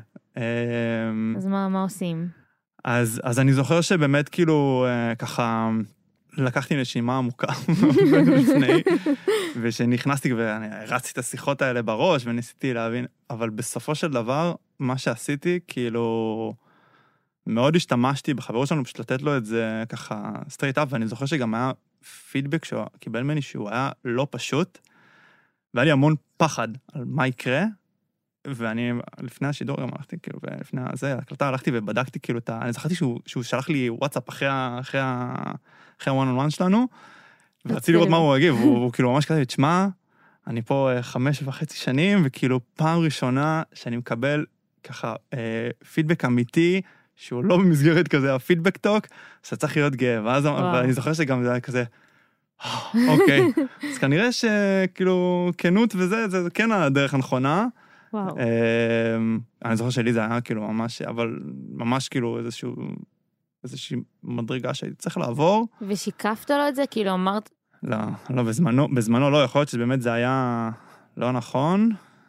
אז מה עושים? אז אני זוכר שבאמת כאילו ככה לקחתי נשימה עמוקה לפני, ושנכנסתי ואני רצתי את השיחות האלה בראש וניסיתי להבין, אבל בסופו של דבר מה שעשיתי כאילו מאוד השתמשתי בחברות שלנו פשוט לתת לו את זה ככה סטרייט אפ, ואני זוכר שגם היה פידבק שהוא קיבל ממני שהוא היה לא פשוט, והיה לי המון פחד על מה יקרה, ואני, לפני השידור גם הלכתי, כאילו, ולפני הזה, הקלטה הלכתי ובדקתי, כאילו, אני זכרתי שהוא שלח לי וואטסאפ אחרי ה-one-on-one שלנו, ורציתי לראות מה הוא יגיב, והוא כאילו ממש כתב, תשמע, אני פה 5.5 שנים, וכאילו, פעם ראשונה שאני מקבל ככה פידבק אמיתי, שהוא לא במסגרת כזה, הפידבק טוק, אז צריך להיות גאה, ואז אני זוכר שגם זה היה כזה, אוקיי, אז כנראה שכאילו, כנות וזה, זה כן הדרך הנכונה, וואו. אני זוכר שלי זה היה כאילו ממש, אבל ממש כאילו איזושהי מדרגה שהייתי צריך לעבור. ושיקפת לו את זה? כאילו אמרת... לא, בזמנו לא, יכול להיות שבאמת זה היה לא נכון.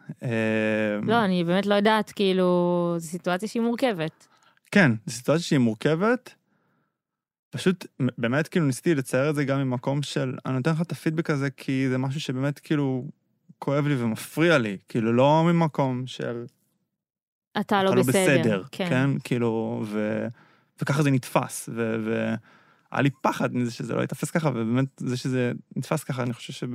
לא, אני באמת לא יודעת, כאילו, זו סיטואציה שהיא מורכבת. כן, זו סיטואציה שהיא מורכבת. פשוט באמת כאילו ניסיתי לצייר את זה גם ממקום של, אני נותן לך את הפידבק הזה, כי זה משהו שבאמת כאילו... כואב לי ומפריע לי, כאילו לא ממקום של... אתה לא בסדר. כן, כאילו, וככה זה נתפס, והיה לי פחד מזה שזה לא יתפס ככה, ובאמת זה שזה נתפס ככה, אני חושב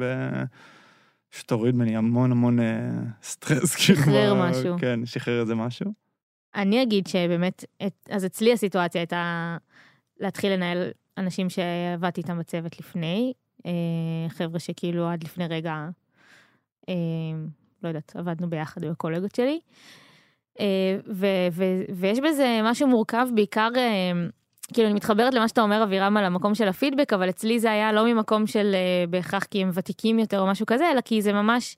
שתוריד ממני המון סטרס, שחרר משהו. כן, שחרר איזה משהו. אני אגיד שבאמת, אז אצלי הסיטואציה הייתה להתחיל לנהל אנשים שעבדתי איתם בצוות לפני, חבר'ה שכאילו עד לפני רגע... לא יודעת, עבדנו ביחד עם הקולגות שלי, ויש בזה משהו מורכב, בעיקר, כאילו אני מתחברת למה שאתה אומר אבירם על המקום של הפידבק, אבל אצלי זה היה לא ממקום של בהכרח כי הם ותיקים יותר או משהו כזה, אלא כי זה ממש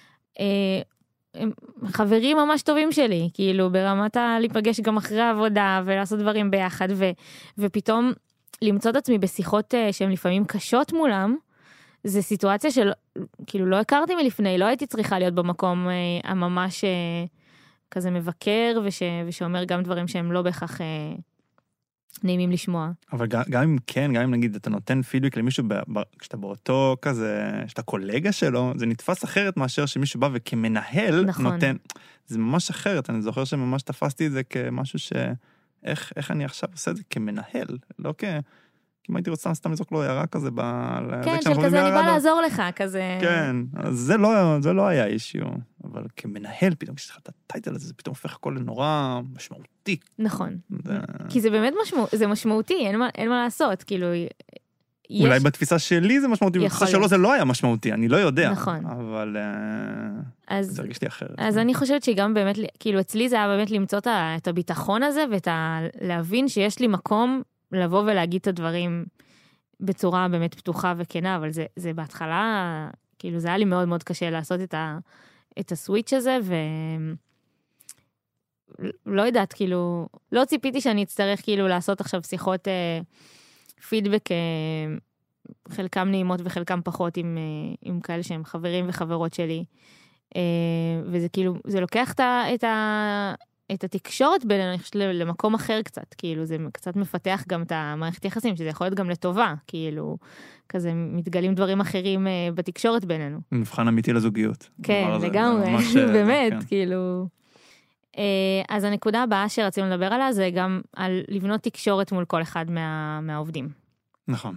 חברים ממש טובים שלי, כאילו ברמת להיפגש גם אחרי העבודה ולעשות דברים ביחד, ופתאום למצוא את עצמי בשיחות שהן לפעמים קשות מולם, זה סיטואציה של, כאילו לא הכרתי מלפני, לא הייתי צריכה להיות במקום הממש כזה מבקר, ושאומר גם דברים שהם לא בהכרח נעימים לשמוע. אבל גם אם כן, גם אם נגיד אתה נותן פידבק למישהו, כשאתה באותו כזה, שאתה קולגה שלו, זה נתפס אחרת מאשר שמישהו בא וכמנהל נותן, זה ממש אחרת, אני זוכר שממש תפסתי את זה כמשהו איך אני עכשיו עושה את זה כמנהל, לא אם הייתי רוצה סתם לזרוק לו הערה כזה, כן, של כזה אני בא לעזור לך, כזה... כן, אז זה לא היה אישיו, אבל כמנהל, פתאום כשאתה את הטייטל הזה, זה פתאום הופך הכל לנורא משמעותי. נכון, כי זה באמת משמעותי, אין מה לעשות, כאילו... אולי בתפיסה שלי זה משמעותי, בתפיסה שלו זה לא היה משמעותי, אני לא יודע. נכון. אבל זה הרגיש לי אחרת. אז אני חושבת שגם באמת, כאילו אצלי זה היה באמת למצוא את הביטחון הזה, להבין שיש לי מקום לבוא ולהגיד את הדברים בצורה באמת פתוחה וכנה, אבל זה בהתחלה, כאילו זה היה לי מאוד מאוד קשה לעשות את הסוויץ' הזה, לא יודעת, כאילו, לא ציפיתי שאני אצטרך כאילו לעשות עכשיו שיחות פידבק, חלקם נעימות וחלקם פחות עם כאלה שהם חברים וחברות שלי. וזה כאילו, זה לוקח את התקשורת בינינו, אני חושבת, למקום אחר קצת, כאילו, זה קצת מפתח גם את המערכת יחסים, שזה יכול להיות גם לטובה, כאילו, כזה מתגלים דברים אחרים בתקשורת בינינו. מבחן אמיתי לזוגיות. כן, לגמרי, באמת, כאילו. אז הנקודה הבאה שרצינו לדבר עליה, זה גם על לבנות תקשורת מול כל אחד מהעובדים. נכון.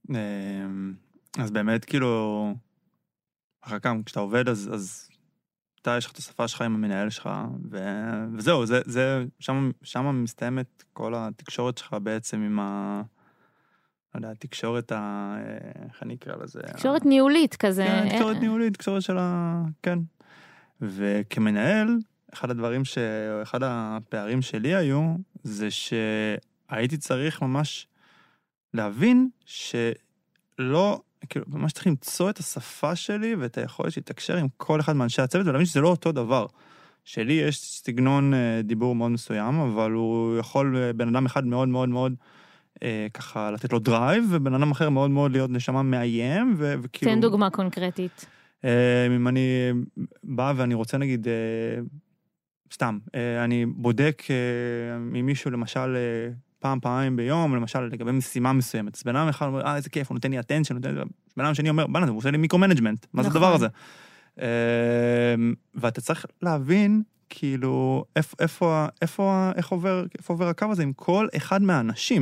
אז באמת, כאילו, אחר כך, כשאתה עובד, אז אתה, יש לך את השפה שלך עם המנהל שלך, וזהו, שם מסתיימת כל התקשורת שלך בעצם עם לא יודע, התקשורת איך אני אקרא לזה? תקשורת ניהולית כזה. כן, תקשורת ניהולית, תקשורת של כן. וכמנהל, אחד הפערים שלי היו, זה שהייתי צריך ממש להבין שלא, כאילו, ממש צריך למצוא את השפה שלי ואת היכולת להתקשר עם כל אחד מאנשי הצוות, ולהבין שזה לא אותו דבר. שלי יש סגנון דיבור מאוד מסוים, אבל הוא יכול, בן אדם אחד מאוד מאוד מאוד, ככה לתת לו דרייב, ובן אדם אחר מאוד מאוד להיות נשמה מאיים, וכאילו... תן דוגמה קונקרטית. אם אני בא ואני רוצה נגיד, סתם, אני בודק ממישהו למשל פעמיים ביום, למשל לגבי משימה מסוימת, אז בן אדם אחד אומר, איזה כיף, הוא נותן לי attention, בן אדם שני אומר, בנה, הוא עושה לי מיקרו-מנג'מנט, מה זה הדבר הזה? ואתה צריך להבין, כאילו, איפה עובר הקו הזה עם כל אחד מהאנשים,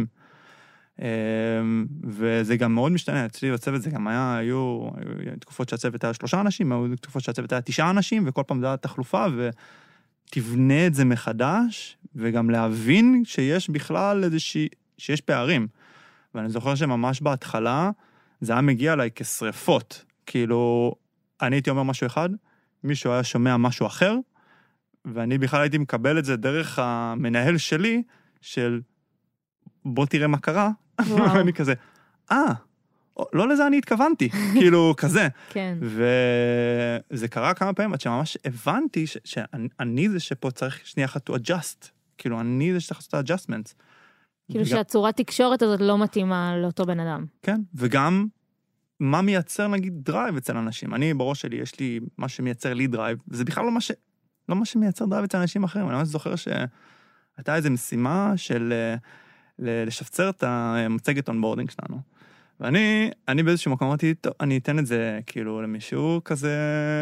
וזה גם מאוד משתנה, אצלי בצוות זה גם היו תקופות שהצוות היה 3 אנשים, היו תקופות שהצוות היה 9 אנשים, וכל פעם זה היה תחלופה, ותבנה את זה מחדש, וגם להבין שיש בכלל שיש פערים. ואני זוכר שממש בהתחלה, זה היה מגיע אליי כשריפות, כאילו, אני הייתי אומר משהו אחד, מישהו היה שומע משהו אחר, ואני בכלל הייתי מקבל את זה דרך המנהל שלי, של בוא תראה מה קרה, ואני כזה, לא לזה אני התכוונתי, כאילו כזה. כן. וזה קרה כמה פעמים, עד שממש הבנתי שאני זה שפה צריך שנייה אחת to adjust, כאילו אני זה שצריך לעשות את ה-adjustments. כאילו שהצורת תקשורת הזאת לא מתאימה לאותו בן אדם. כן, וגם מה מייצר נגיד דרייב אצל אנשים. אני בראש שלי, יש לי מה שמייצר לי דרייב, וזה בכלל לא מה שמייצר דרייב אצל אנשים אחרים. אני ממש זוכר שהייתה איזו משימה של לשפצר את המצגת אונבורדינג שלנו. ואני באיזשהו מקום אמרתי, טוב, אני אתן את זה כאילו למישהו כזה,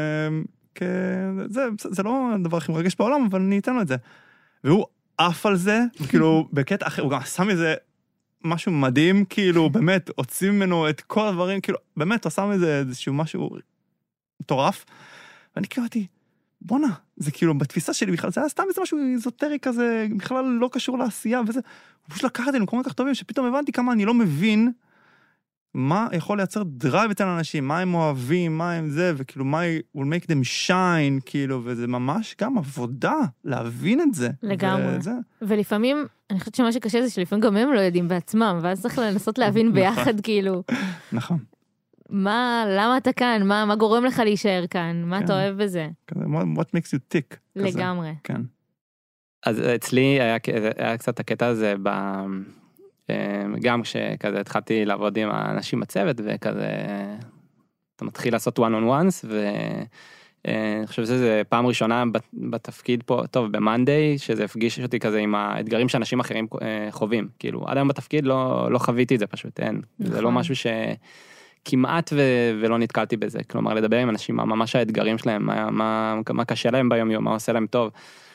זה לא הדבר הכי מרגש בעולם, אבל אני אתן לו את זה. והוא עף על זה, כאילו בקטע אחר, הוא גם שם איזה משהו מדהים, כאילו באמת, הוציא ממנו את כל הדברים, כאילו באמת, הוא שם איזשהו משהו מטורף, ואני קראתי, בונה, זה כאילו בתפיסה שלי בכלל, זה היה סתם איזה משהו איזוטרי כזה, בכלל לא קשור לעשייה, וזה, הוא פשוט לקח את זה למקומות כך טובים, שפתאום הבנתי כמה אני לא מבין, מה יכול לייצר דרייב אצל אנשים, מה הם אוהבים, מה הם זה, וכאילו מה will make them shine, כאילו, וזה ממש גם עבודה, להבין את זה. לגמרי. ולפעמים, אני חושבת שמה שקשה זה שלפעמים גם הם לא יודעים בעצמם, ואז צריך לנסות להבין ביחד, כאילו. נכון. למה אתה כאן? מה גורם לך להישאר כאן? מה אתה אוהב בזה? What makes you tick? לגמרי. כן. אז אצלי היה קצת הקטע הזה גם כשכזה התחלתי לעבוד עם האנשים בצוות, וכזה אתה מתחיל לעשות one on ones, ואני חושב שזה פעם ראשונה בתפקיד פה, טוב, במאנדיי, שזה הפגיש אותי כזה עם האתגרים שאנשים אחרים חווים, כאילו, עד היום בתפקיד לא חוויתי את זה פשוט, אין, זה לא משהו שכמעט ולא נתקלתי בזה, כלומר, לדבר עם אנשים, ממש האתגרים שלהם, מה קשה להם ביום יום, מה עושה להם טוב,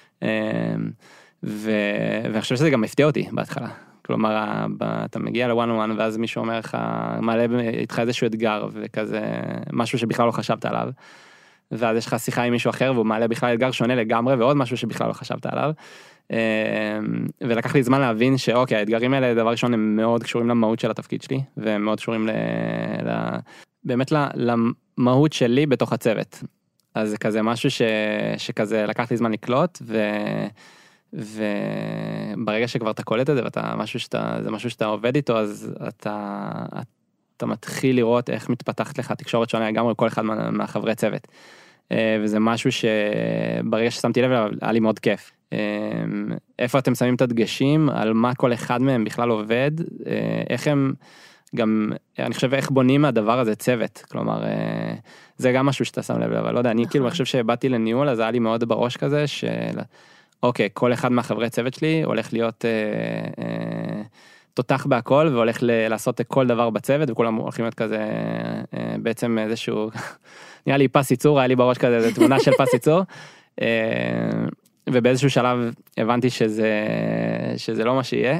ואני חושב שזה גם הפתיע אותי בהתחלה. כלומר, אתה מגיע ל-one on one, ואז מישהו אומר לך, מעלה איתך איזשהו אתגר, וכזה, משהו שבכלל לא חשבת עליו, ואז יש לך שיחה עם מישהו אחר, והוא מעלה בכלל אתגר שונה לגמרי, ועוד משהו שבכלל לא חשבת עליו, ולקח לי זמן להבין שאוקיי, האתגרים האלה, דבר ראשון, הם מאוד קשורים למהות של התפקיד שלי, והם מאוד קשורים באמת למהות שלי בתוך הצוות. אז זה כזה משהו שכזה לקח לי זמן לקלוט, וברגע שכבר אתה קולט את זה, זה משהו שאתה עובד איתו, אז אתה מתחיל לראות איך מתפתחת לך תקשורת שונה לגמרי כל אחד מהחברי צוות. וזה משהו שברגע ששמתי לב, היה לי מאוד כיף. איפה אתם שמים את הדגשים, על מה כל אחד מהם בכלל עובד, איך הם גם, אני חושב איך בונים מהדבר הזה צוות, כלומר, זה גם משהו שאתה שם לב, אבל לא יודע, אני כאילו, אני חושב שבאתי לניהול, אז היה לי מאוד בראש כזה, אוקיי, כל אחד מהחברי צוות שלי הולך להיות תותח בהכל, והולך לעשות כל דבר בצוות, וכולם הולכים להיות כזה, בעצם איזשהו, נראה לי פס ייצור, היה לי בראש כזה, זו תמונה של פס ייצור, ובאיזשהו שלב הבנתי שזה לא מה שיהיה,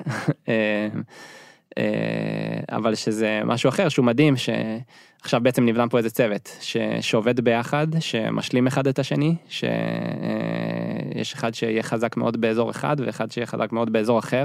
אבל שזה משהו אחר שהוא מדהים, שעכשיו בעצם נבנה פה איזה צוות, שעובד ביחד, שמשלים אחד את השני, שיש אחד שיהיה חזק מאוד באזור אחד, ואחד שיהיה חזק מאוד באזור אחר,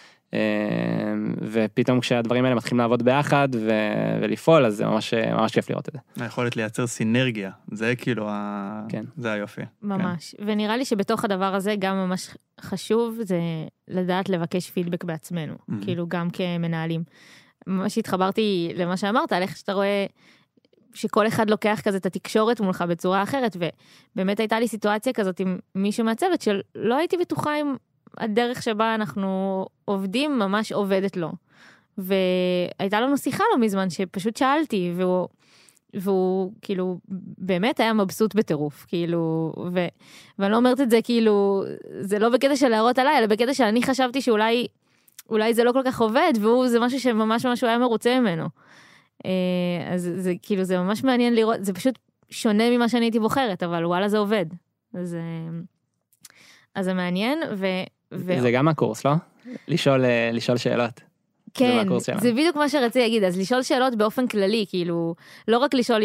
ופתאום כשהדברים האלה מתחילים לעבוד ביחד ולפעול, אז זה ממש כיף לראות את זה. היכולת לייצר סינרגיה, זה כאילו, זה היופי. ממש, ונראה לי שבתוך הדבר הזה גם ממש חשוב, זה לדעת לבקש פידבק בעצמנו, כאילו גם כמנהלים. ממש התחברתי למה שאמרת, על איך שאתה רואה שכל אחד לוקח כזה את התקשורת מולך בצורה אחרת, ובאמת הייתה לי סיטואציה כזאת עם מישהו מהצוות, שלא הייתי בטוחה אם הדרך שבה אנחנו עובדים ממש עובדת לו. והייתה לנו שיחה לא מזמן שפשוט שאלתי, והוא כאילו באמת היה מבסוט בטירוף, כאילו, ואני לא אומרת את זה כאילו, זה לא בקטע של להראות עליי, אלא בקטע שאני חשבתי שאולי זה לא כל כך עובד, זה משהו שממש ממש הוא היה מרוצה ממנו. אז זה כאילו, זה ממש מעניין לראות, זה פשוט שונה ממה שאני הייתי בוחרת, אבל וואלה זה עובד. אז זה מעניין, זה גם הקורס, לא? לשאול שאלות. כן, זה בדיוק מה שרציתי להגיד, אז לשאול שאלות באופן כללי, כאילו, לא רק לשאול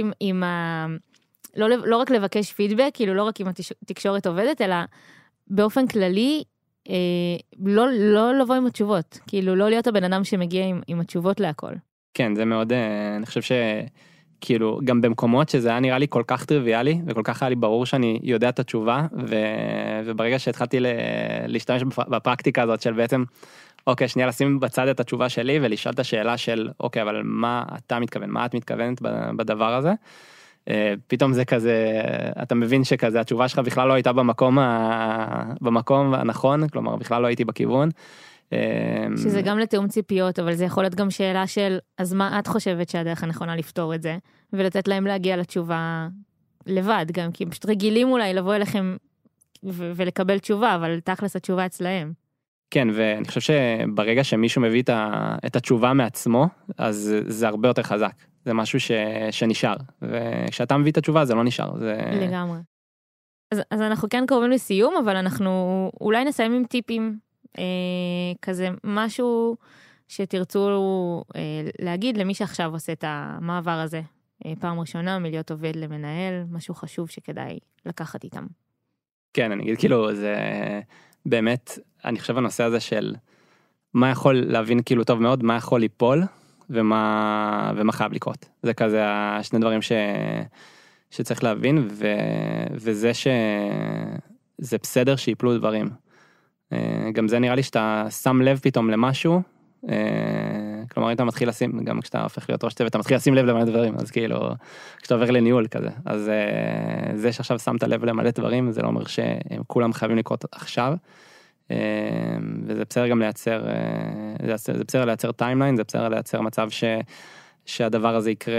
לא רק לבקש פידבק, כאילו, לא רק אם התקשורת עובדת, אלא באופן כללי, לא לבוא עם התשובות, כאילו, לא להיות הבן אדם שמגיע עם התשובות להכל. כן, זה מאוד, אני חושב כאילו, גם במקומות שזה היה נראה לי כל כך טריוויאלי, וכל כך היה לי ברור שאני יודע את התשובה, וברגע שהתחלתי להשתמש בפרקטיקה הזאת של בעצם, אוקיי, שנייה לשים בצד את התשובה שלי, ולשאול את השאלה של, אוקיי, אבל מה אתה מתכוון, מה את מתכוונת בדבר הזה? פתאום זה כזה, אתה מבין שכזה, התשובה שלך בכלל לא הייתה במקום הנכון, כלומר, בכלל לא הייתי בכיוון. שזה גם לתאום ציפיות, אבל זה יכול להיות גם שאלה של, אז מה את חושבת שהדרך הנכונה לפתור את זה, ולתת להם להגיע לתשובה לבד, גם כי הם פשוט רגילים אולי לבוא אליכם ולקבל תשובה, אבל תכלס התשובה אצלהם. כן, ואני חושב שברגע שמישהו מביא את התשובה מעצמו, אז זה הרבה יותר חזק. זה משהו שנשאר, וכשאתה מביא את התשובה זה לא נשאר. לגמרי. אז אנחנו כן קרובים לסיום, אבל אנחנו אולי נסיים עם טיפים, כזה משהו שתרצו להגיד למי שעכשיו עושה את המעבר הזה, פעם ראשונה מלהיות עובד למנהל, משהו חשוב שכדאי לקחת איתם. כן, אני אגיד כאילו, זה באמת, אני חושב הנושא הזה של מה יכול להבין כאילו טוב מאוד, מה יכול ליפול ומה חייב לקרות. זה כזה השני דברים שצריך להבין, וזה שזה בסדר שיפלו דברים. גם זה נראה לי שאתה שם לב פתאום למשהו, כלומר אם אתה מתחיל לשים, גם כשאתה הופך להיות ראש צוות, אתה מתחיל לשים לב למלא דברים, אז כאילו, כשאתה עובר לניהול כזה, אז זה שעכשיו שמת לב למלא דברים, זה לא אומר שהם כולם חייבים לקרות עכשיו, וזה בסדר גם לייצר, זה בסדר לייצר טיימליין, זה בסדר לייצר מצב שהדבר הזה יקרה,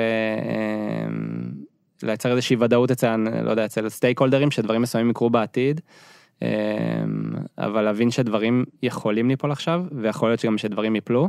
לייצר איזושהי ודאות אצל, לא יודע, אצל סטייק הולדרים, שדברים מסוימים יקרו בעתיד, אבל להבין שדברים יכולים ליפול עכשיו, ויכול להיות שגם שדברים יפלו,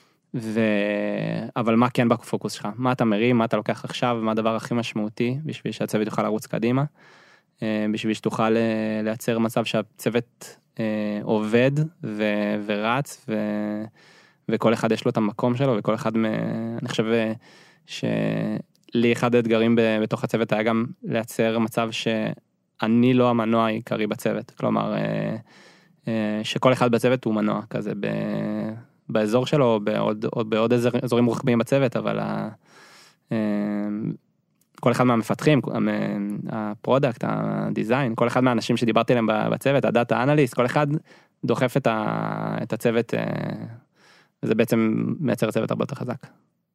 אבל מה כן בפוקוס שלך? מה אתה מרים, מה אתה לוקח עכשיו, מה הדבר הכי משמעותי, בשביל שהצוות יוכל לרוץ קדימה, בשביל שתוכל לייצר מצב שהצוות עובד ורץ, וכל אחד יש לו את המקום שלו, וכל אחד, אני חושב שלי אחד האתגרים בתוך הצוות היה גם לייצר מצב אני לא המנוע העיקרי בצוות, כלומר, שכל אחד בצוות הוא מנוע כזה באזור שלו, או בעוד אזורים רוחביים בצוות, אבל כל אחד מהמפתחים, הפרודקט, הדיזיין, כל אחד מהאנשים שדיברתי עליהם בצוות, הדאטה אנליסט, כל אחד דוחף את הצוות, וזה בעצם מייצר צוות הרבה יותר חזק.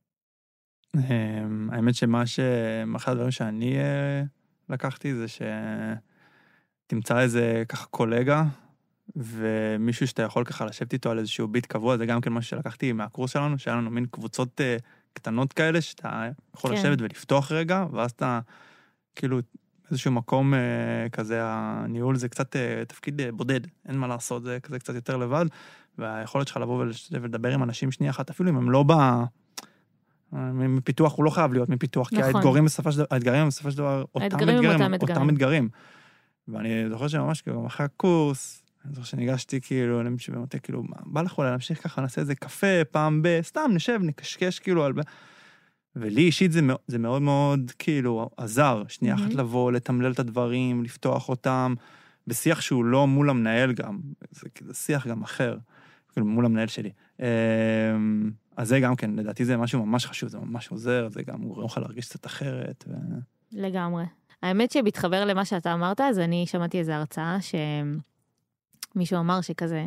האמת אחד הדברים שאני לקחתי זה שתמצא איזה ככה קולגה, ומישהו שאתה יכול ככה לשבת איתו על איזשהו ביט קבוע, זה גם כן משהו שלקחתי מהקורס שלנו, שהיה לנו מין קבוצות קטנות כאלה, שאתה יכול לשבת ולפתוח רגע, ואז אתה כאילו איזשהו מקום כזה, הניהול זה קצת תפקיד בודד, אין מה לעשות, זה כזה קצת יותר לבד, והיכולת שלך לבוא ולדבר עם אנשים שנייה אחת, אפילו אם הם לא מפיתוח, הוא לא חייב להיות מפיתוח, כי האתגרים בסופו של דבר, אותם אתגרים. ואני זוכר שממש כאילו, אחרי הקורס, אני זוכר שניגשתי כאילו, למישהו במטה, כאילו, בא לך אולי להמשיך ככה, נעשה איזה קפה, פעם סתם נשב, נקשקש כאילו, ולי אישית זה מאוד מאוד כאילו עזר, שנייה אחת לבוא, לתמלל את הדברים, לפתוח אותם, בשיח שהוא לא מול המנהל גם, זה שיח גם אחר, כאילו מול המנהל שלי. אז זה גם כן, לדעתי זה משהו ממש חשוב, זה ממש עוזר, זה גם גורם לך להרגיש קצת אחרת. לגמרי. האמת שבתחבר למה שאתה אמרת, אז אני שמעתי איזו הרצאה שמישהו אמר שכזה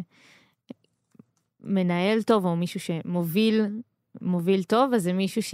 מנהל טוב, או מישהו שמוביל טוב, אז זה מישהו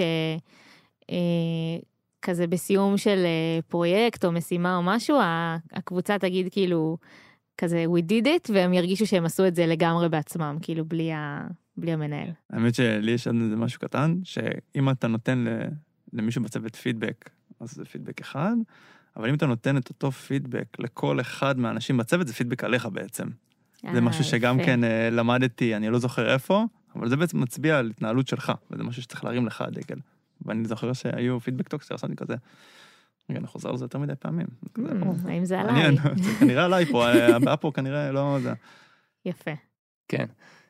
כזה בסיום של פרויקט או משימה או משהו, הקבוצה תגיד כאילו כזה we did it, והם ירגישו שהם עשו את זה לגמרי בעצמם, כאילו בלי המנהל. האמת שלי יש עוד משהו קטן, שאם אתה נותן למישהו בצוות פידבק, אז זה פידבק אחד, אבל אם אתה נותן את אותו פידבק לכל אחד מהאנשים בצוות, זה פידבק עליך בעצם. זה משהו שגם כן למדתי, אני לא זוכר איפה, אבל זה בעצם מצביע על התנהלות שלך, וזה משהו שצריך להרים לך דגל. ואני זוכר שהיו פידבק טוקס, שעשיתי כזה, רגע, אני חוזר לזה יותר מדי פעמים. האם זה עליי? זה כנראה עליי פה, הבאה פה כנראה לא זה. יפה. כן.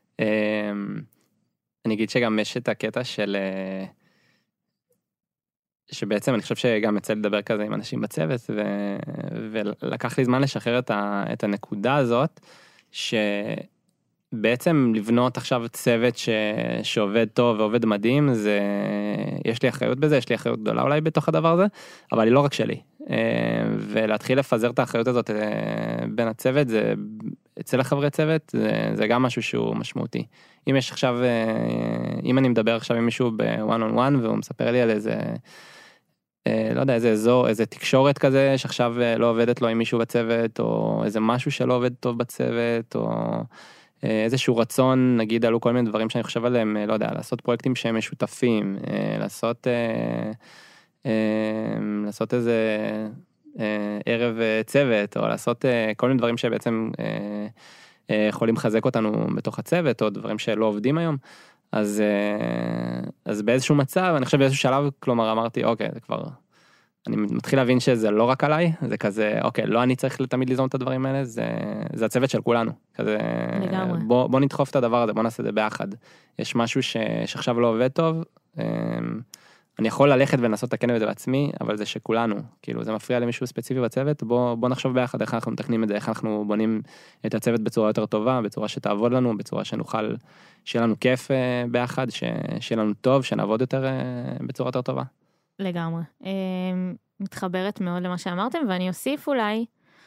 אני אגיד שגם יש את הקטע של... שבעצם אני חושב שגם יצא לדבר כזה עם אנשים בצוות, ולקח לי זמן לשחרר את הנקודה הזאת, שבעצם לבנות עכשיו צוות שעובד טוב ועובד מדהים, יש לי אחריות בזה, יש לי אחריות גדולה אולי בתוך הדבר הזה, אבל היא לא רק שלי. ולהתחיל לפזר את האחריות הזאת בין הצוות, אצל החברי צוות, זה גם משהו שהוא משמעותי. אם יש עכשיו, אם אני מדבר עכשיו עם מישהו ב-one on one, והוא מספר לי על איזה, לא יודע, איזה אזור, איזה תקשורת כזה, שעכשיו לא עובדת לו עם מישהו בצוות, או איזה משהו שלא עובד טוב בצוות, או איזשהו רצון, נגיד, עלו כל מיני דברים שאני חושב עליהם, לא יודע, לעשות פרויקטים שהם משותפים, לעשות איזה ערב צוות, או לעשות כל מיני דברים שבעצם יכולים לחזק אותנו בתוך הצוות, או דברים שלא עובדים היום. אז באיזשהו מצב, אני חושב באיזשהו שלב, כלומר אמרתי, אוקיי, זה כבר, אני מתחיל להבין שזה לא רק עליי, זה כזה, אוקיי, לא אני צריך תמיד ליזום את הדברים האלה, זה הצוות של כולנו. כזה, בוא נדחוף את הדבר הזה, בוא נעשה את זה ביחד. יש משהו שעכשיו לא עובד טוב, אני יכול ללכת ולנסות לתקן את זה בעצמי, אבל זה שכולנו, כאילו זה מפריע למישהו ספציפי בצוות, בוא נחשוב ביחד איך אנחנו מתקנים את זה, איך אנחנו בונים את הצוות בצורה יותר טובה, בצורה שתעבוד לנו, בצורה שנוכל, שיהיה לנו כיף ביחד, שיהיה לנו טוב, שנעבוד יותר בצורה יותר טובה. לגמרי. מתחברת מאוד למה שאמרתם, ואני אוסיף אולי,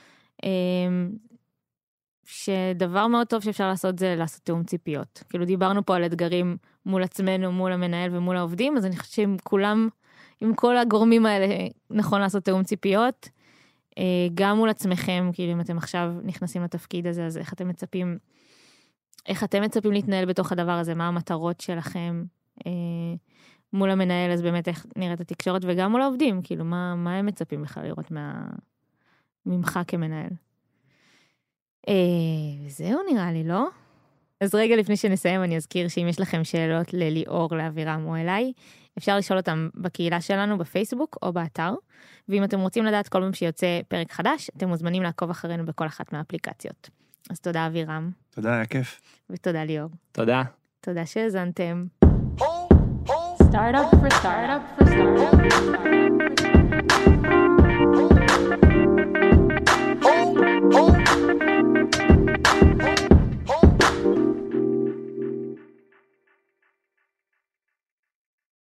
שדבר מאוד טוב שאפשר לעשות זה לעשות תאום ציפיות. כאילו דיברנו פה על אתגרים מול עצמנו, מול המנהל ומול העובדים, אז אני חושבת שעם כולם, עם כל הגורמים האלה, נכון לעשות תאום ציפיות, גם מול עצמכם, כאילו אם אתם עכשיו נכנסים לתפקיד הזה, אז איך אתם מצפים להתנהל בתוך הדבר הזה, מה המטרות שלכם מול המנהל, אז באמת איך נראית התקשורת, וגם מול העובדים, כאילו מה הם מצפים בכלל לראות ממך כמנהל. זהו נראה לי, לא? אז רגע לפני שנסיים אני אזכיר שאם יש לכם שאלות לליאור, לאבירם או אליי, אפשר לשאול אותם בקהילה שלנו בפייסבוק או באתר, ואם אתם רוצים לדעת כל פעם שיוצא פרק חדש, אתם מוזמנים לעקוב אחרינו בכל אחת מהאפליקציות. אז תודה אבירם. תודה, היה כיף. ותודה ליאור. תודה. תודה שהזנתם. Startup for startup.